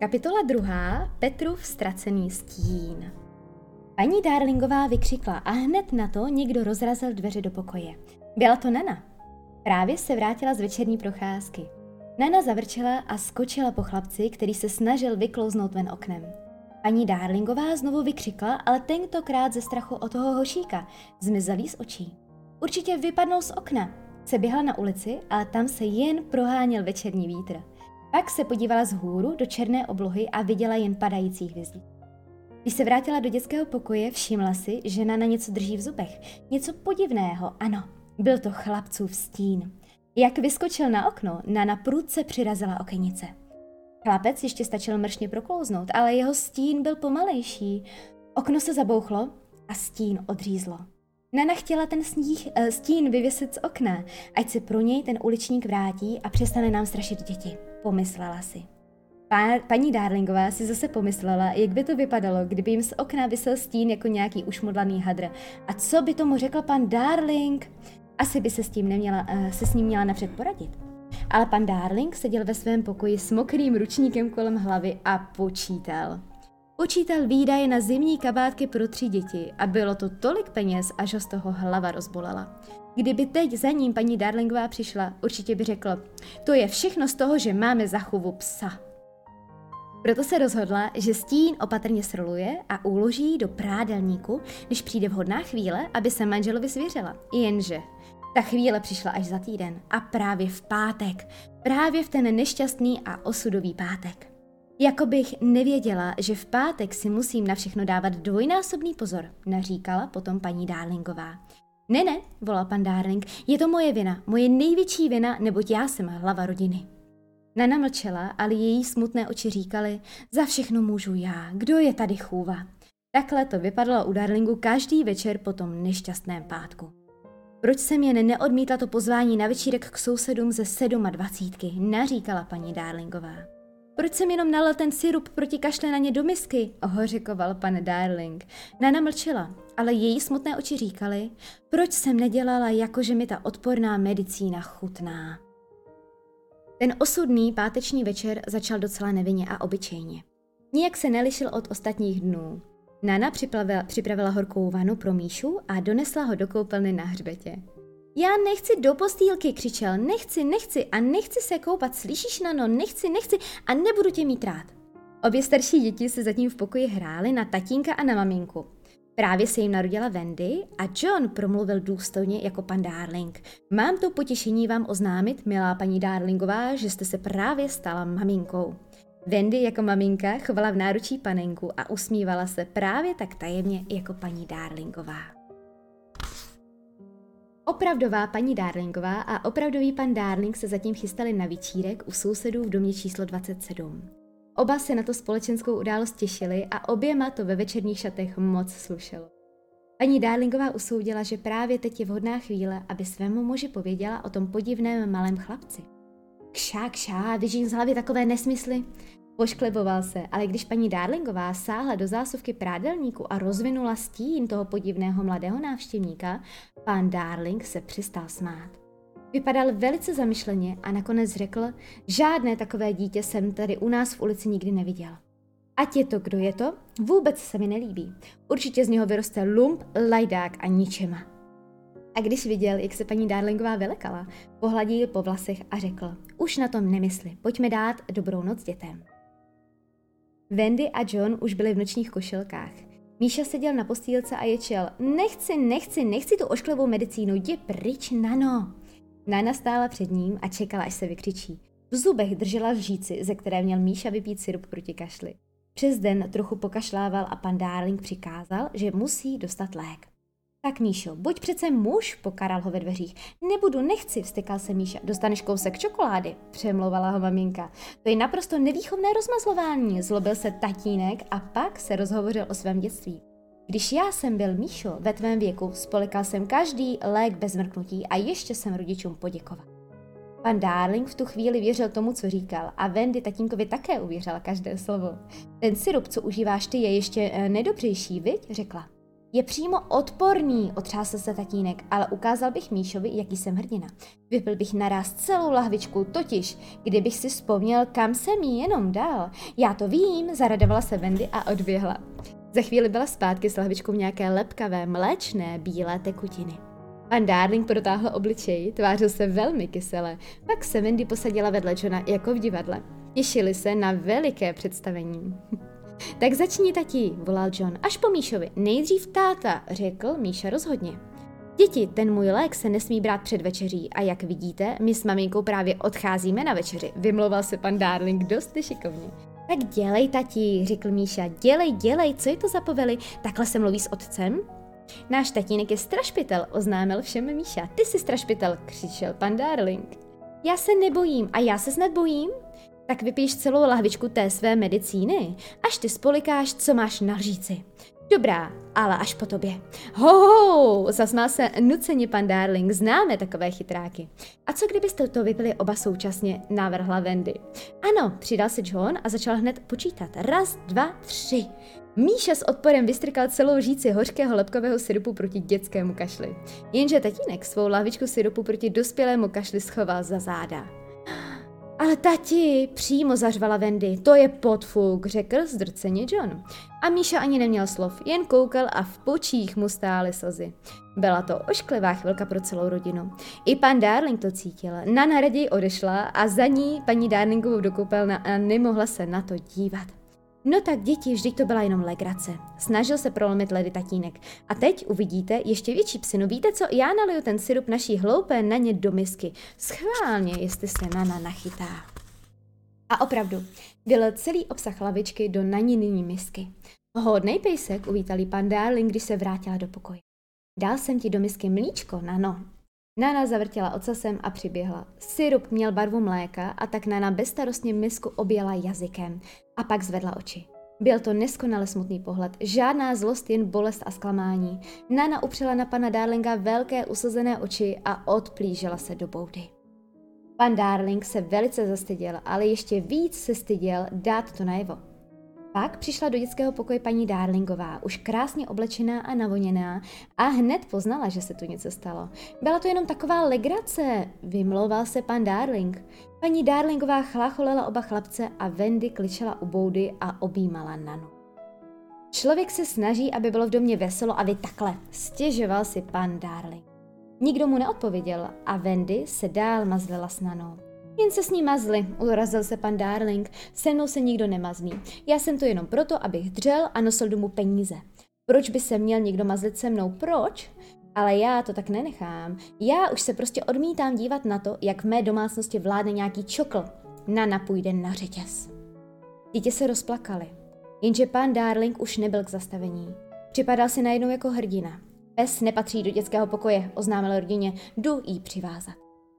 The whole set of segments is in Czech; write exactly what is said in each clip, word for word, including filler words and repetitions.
Kapitola druhá. Petrův ztracený stín. Paní Darlingová vykřikla a hned na to někdo rozrazil dveře do pokoje. Byla to Nana. Právě se vrátila z večerní procházky. Nana zavrčela a skočila po chlapci, který se snažil vyklouznout ven oknem. Paní Darlingová znovu vykřikla, ale tentokrát ze strachu o toho hošíka zmizel jí z očí. Určitě vypadnul z okna. Se běhla na ulici, ale tam se jen proháněl večerní vítr. Pak se podívala vzhůru do černé oblohy a viděla jen padající hvězdy. Když se vrátila do dětského pokoje, všimla si, že Nana něco drží v zubech. Něco podivného, ano, byl to chlapcův stín. Jak vyskočil na okno, Nana prudce přirazila okenice. Chlapec ještě stačil mršně proklouznout, ale jeho stín byl pomalejší. Okno se zabouchlo a stín odřízlo. Nana chtěla ten sníh, stín vyvěsit z okna, ať se pro něj ten uličník vrátí a přestane nám strašit děti, pomyslela si. Pá, paní Darlingová si zase pomyslela, jak by to vypadalo, kdyby jim z okna visel stín jako nějaký ušmodlaný hadr. A co by tomu řekl pan Darling? Asi by se s tím neměla, se s ním měla napřed poradit. Ale pan Darling seděl ve svém pokoji s mokrým ručníkem kolem hlavy a počítal. Počítal výdaje na zimní kabátky pro tři děti a bylo to tolik peněz, až ho z toho hlava rozbolela. Kdyby teď za ním paní Darlingová přišla, určitě by řekl, to je všechno z toho, že máme za chovu psa. Proto se rozhodla, že stín opatrně sroluje a uloží do prádelníku, když přijde vhodná chvíle, aby se manželovi svěřila. Jenže ta chvíle přišla až za týden a právě v pátek, právě v ten nešťastný a osudový pátek. Jako bych nevěděla, že v pátek si musím na všechno dávat dvojnásobný pozor, naříkala potom paní Darlingová. Ne, ne, volal pan Darling, je to moje vina, moje největší vina, neboť já jsem hlava rodiny. Nana mlčela, ale její smutné oči říkaly, za všechno můžu já, kdo je tady chůva. Takhle to vypadalo u Darlingu každý večer po tom nešťastném pátku. Proč jsem jen neodmítla to pozvání na večírek k sousedům ze sedmadvacítky, naříkala paní Darlingová. Proč jsem jenom nalil ten sirup proti kašle na ně do misky, ohořikoval pan Darling. Nana mlčela, ale její smutné oči říkaly, proč jsem nedělala, jakože mi ta odporná medicína chutná. Ten osudný páteční večer začal docela nevinně a obyčejně. Nijak se nelišil od ostatních dnů. Nana připravila, připravila horkou vanu pro Míšu a donesla ho do koupelny na hřbetě. Já nechci do postýlky, křičel, nechci, nechci a nechci se koupat, slyšíš, Nano, nechci, nechci a nebudu tě mít rád. Obě starší děti se zatím v pokoji hrály na tatínka a na maminku. Právě se jim narodila Wendy a John promluvil důstojně jako pan Darling. Mám to potěšení vám oznámit, milá paní Darlingová, že jste se právě stala maminkou. Wendy jako maminka chovala v náručí panenku a usmívala se právě tak tajemně jako paní Darlingová. Opravdová paní Darlingová a opravdový pan Darling se zatím chystali na večírek u sousedů v domě číslo dvacet sedm. Oba se na to společenskou událost těšili a oběma to ve večerních šatech moc slušelo. Paní Darlingová usoudila, že právě teď je vhodná chvíle, aby svému muži pověděla o tom podivném malém chlapci. Kšá, kšá, vyžíň z hlavy takové nesmysly. Poškleboval se, ale když paní Darlingová sáhla do zásuvky prádelníku a rozvinula stín toho podivného mladého návštěvníka, pán Darling se přestal smát. Vypadal velice zamyšleně a nakonec řekl, žádné takové dítě jsem tady u nás v ulici nikdy neviděl. Ať je to, kdo je to, vůbec se mi nelíbí. Určitě z něho vyroste lump, lajdák a ničema. A když viděl, jak se paní Darlingová vylekala, pohladil po vlasech a řekl, už na tom nemysli, pojďme dát dobrou noc dětem. Wendy a John už byli v nočních košilkách. Míša seděl na postýlce a ječel, nechci, nechci, nechci tu ošklivou medicínu, jdi pryč, Nano. Nana stála před ním a čekala, až se vykřičí. V zubech držela lžíci, ze které měl Míša vypít sirup proti kašli. Přes den trochu pokašlával a pan Darling přikázal, že musí dostat lék. Tak Míšo, buď přece muž, pokaral ho ve dveřích. Nebudu, nechci, vztekal se Míša. Dostaneš kousek čokolády, přemlouvala ho maminka. To je naprosto nevýchovné rozmazlování, zlobil se tatínek a pak se rozhovořil o svém dětství. Když já jsem byl Míšo ve tvém věku, spolikal jsem každý lék bez mrknutí a ještě jsem rodičům poděkoval. Pan Darling v tu chvíli věřil tomu, co říkal a Wendy tatínkovi také uvěřila každé slovo. Ten sirup, co užíváš ty, je ještě nedobřejší, viď? Řekla. Je přímo odporný, otřásl se tatínek, ale ukázal bych Míšovi, jaký jsem hrdina. Vypil bych naráz celou lahvičku, totiž, kdybych si vzpomněl, kam jsem jí jenom dal. Já to vím, zaradovala se Wendy a odběhla. Za chvíli byla zpátky s lahvičkou nějaké lepkavé, mléčné, bílé tekutiny. Pan Darling protáhl obličej, tvářil se velmi kysele, pak se Wendy posadila vedle Johna jako v divadle. Těšili se na veliké představení. Tak začni, tati, volal John, až po Míšovi. Nejdřív táta, řekl Míša rozhodně. Děti, ten můj lék se nesmí brát před večeří a jak vidíte, my s maminkou právě odcházíme na večeři, vymlouval se pan Darling dost nešikovně. Tak dělej, tati, řekl Míša, dělej, dělej, co je to za povely, takhle se mluví s otcem? Náš tatínek je strašpitel, oznámil všem Míša. Ty jsi strašpitel, křičel pan Darling. Já se nebojím a já se snad bojím? Tak vypíš celou lahvičku té své medicíny, až ty spolikáš, co máš na lžíci. Dobrá, ale až po tobě. Ho, ho, zasmál se nuceně pan Darling, známe takové chytráky. A co kdybyste to vypili oba současně, navrhla Wendy. Ano, přidal se John a začal hned počítat. Raz, dva, tři. Míša s odporem vystrkal celou žíci hořkého lepkového syrupu proti dětskému kašli. Jenže tatínek svou lahvičku syrupu proti dospělému kašli schoval za záda. Ale tati, přímo zařvala Wendy, to je podfuk, řekl zdrceně John. A Míša ani neměl slov, jen koukal a v počích mu stály slzy. Byla to ošklivá chvilka pro celou rodinu. I pan Darling to cítil. Nana raději odešla a za ní paní Darlingovou do koupelny a nemohla se na to dívat. No tak děti, vždyť to byla jenom legrace. Snažil se prolomit ledy tatínek. A teď uvidíte ještě větší psinu. Víte co, já naliju ten syrup naší hloupé Naně do misky. Schválně, jestli se Nana nachytá. A opravdu, vylil celý obsah lavičky do Naniny misky. Hodnej pejsek, uvítal pan Darling, když se vrátila do pokoje. Dal jsem ti do misky mlíčko, Nano. Nana zavrtěla ocasem a přiběhla. Syrup měl barvu mléka a tak Nana bezstarostně misku objela jazykem a pak zvedla oči. Byl to neskonale smutný pohled, žádná zlost, jen bolest a zklamání. Nana upřela na pana Darlinga velké usazené oči a odplížela se do boudy. Pan Darling se velice zastyděl, ale ještě víc se styděl dát to najevo. Pak přišla do dětského pokoje paní Darlingová, už krásně oblečená a navoněná, a hned poznala, že se tu něco stalo. Byla to jenom taková legrace, vymlouval se pan Darling. Paní Darlingová chlácholela oba chlapce a Wendy kličela u boudy a objímala Nanu. Člověk se snaží, aby bylo v domě veselo, a vy takhle, stěžoval si pan Darling. Nikdo mu neodpověděl a Wendy se dál mazlila s Nanou. Jen se s ní mazli, urazil se pan Darling, se mnou se nikdo nemazlí. Já jsem to jenom proto, abych dřel a nosil domů peníze. Proč by se měl někdo mazlit se mnou? Proč? Ale já to tak nenechám. Já už se prostě odmítám dívat na to, jak v mé domácnosti vládne nějaký čokl. Nana půjde na řetěz. Dítě se rozplakali, jenže pan Darling už nebyl k zastavení. Připadal si najednou jako hrdina. Pes nepatří do dětského pokoje, oznámil rodině, jdu jí přivázat.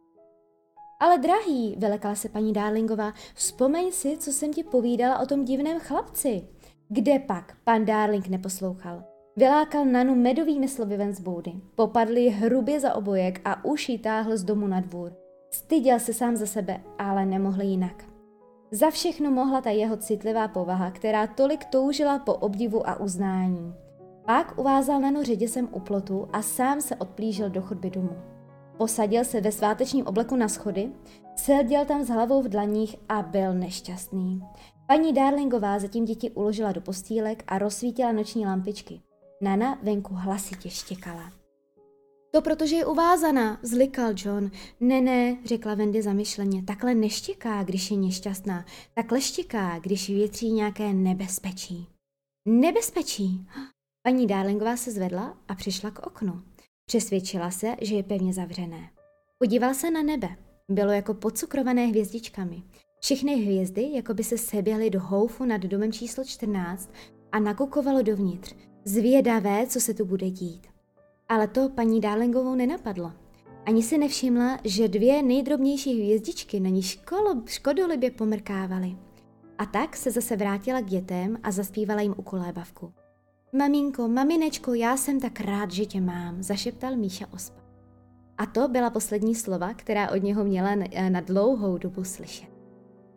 Ale drahý, vylekala se paní Darlingová, vzpomeň si, co jsem ti povídala o tom divném chlapci. Kde pak? Pan Darling neposlouchal. Vylákal Nanu medovými slovy ven z boudy. Popadl ji hrubě za obojek a už ji táhl z domu na dvůr. Styděl se sám za sebe, ale nemohl jinak. Za všechno mohla ta jeho citlivá povaha, která tolik toužila po obdivu a uznání. Pak uvázal Nanu řetězem u plotu a sám se odplížil do chodby domu. Posadil se ve svátečním obleku na schody, seděl tam s hlavou v dlaních a byl nešťastný. Paní Darlingová zatím děti uložila do postýlek a rozsvítila noční lampičky. Nana venku hlasitě štěkala. To protože je uvázaná, zlikal John. Ne, ne, řekla Wendy zamyšleně, takhle neštěká, když je nešťastná, takhle štěká, když větří nějaké nebezpečí. Nebezpečí? Paní Darlingová se zvedla a přišla k oknu. Přesvědčila se, že je pevně zavřené. Podíval se na nebe. Bylo jako podcukrované hvězdičkami. Všechny hvězdy jako by se seběhly do houfu nad domem číslo čtrnáct a nakukovalo dovnitř. Zvědavé, co se tu bude dít. Ale to paní Darlingovou nenapadlo. Ani si nevšimla, že dvě nejdrobnější hvězdičky na ní školo, škodolibě pomrkávaly. A tak se zase vrátila k dětem a zaspívala jim ukolébavku. Maminko, maminečko, já jsem tak rád, že tě mám, zašeptal Míša Ospa. A to byla poslední slova, která od něho měla na dlouhou dobu slyšet.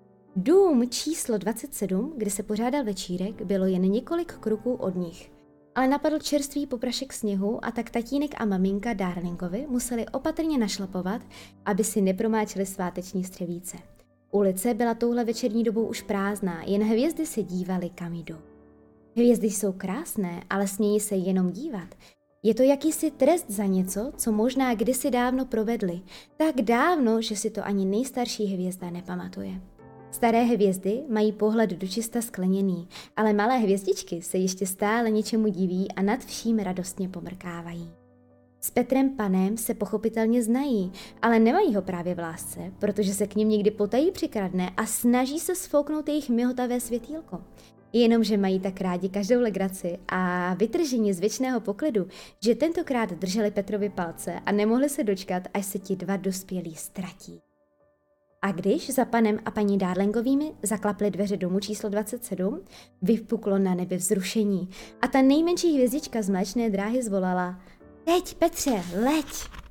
Dům číslo dvacet sedm, kde se pořádal večírek, bylo jen několik kroků od nich. ale napadl čerstvý poprašek sněhu a tak tatínek a maminka Darlingovi museli opatrně našlapovat, aby si nepromáčeli sváteční střevíce. Ulice byla touhle večerní dobou už prázdná, jen hvězdy se dívaly kam jdou. Hvězdy jsou krásné, ale smějí se jenom dívat. Je to jakýsi trest za něco, co možná kdysi dávno provedli, tak dávno, že si to ani nejstarší hvězda nepamatuje. Staré hvězdy mají pohled dočista skleněný, ale malé hvězdičky se ještě stále něčemu diví a nad vším radostně pomrkávají. S Petrem Panem se pochopitelně znají, ale nemají ho právě v lásce, protože se k nim někdy potají přikradne a snaží se sfouknout jejich mihotavé světýlko. Jenomže mají tak rádi každou legraci a vytržení z věčného poklidu, že tentokrát drželi Petrovi palce a nemohli se dočkat, až se ti dva dospělí ztratí. A když za panem a paní Darlingovými zaklaply dveře domu číslo dvacet sedm, vypuklo na nebi vzrušení a ta nejmenší hvězdička z mléčné dráhy zvolala: Teď, Petře, leď!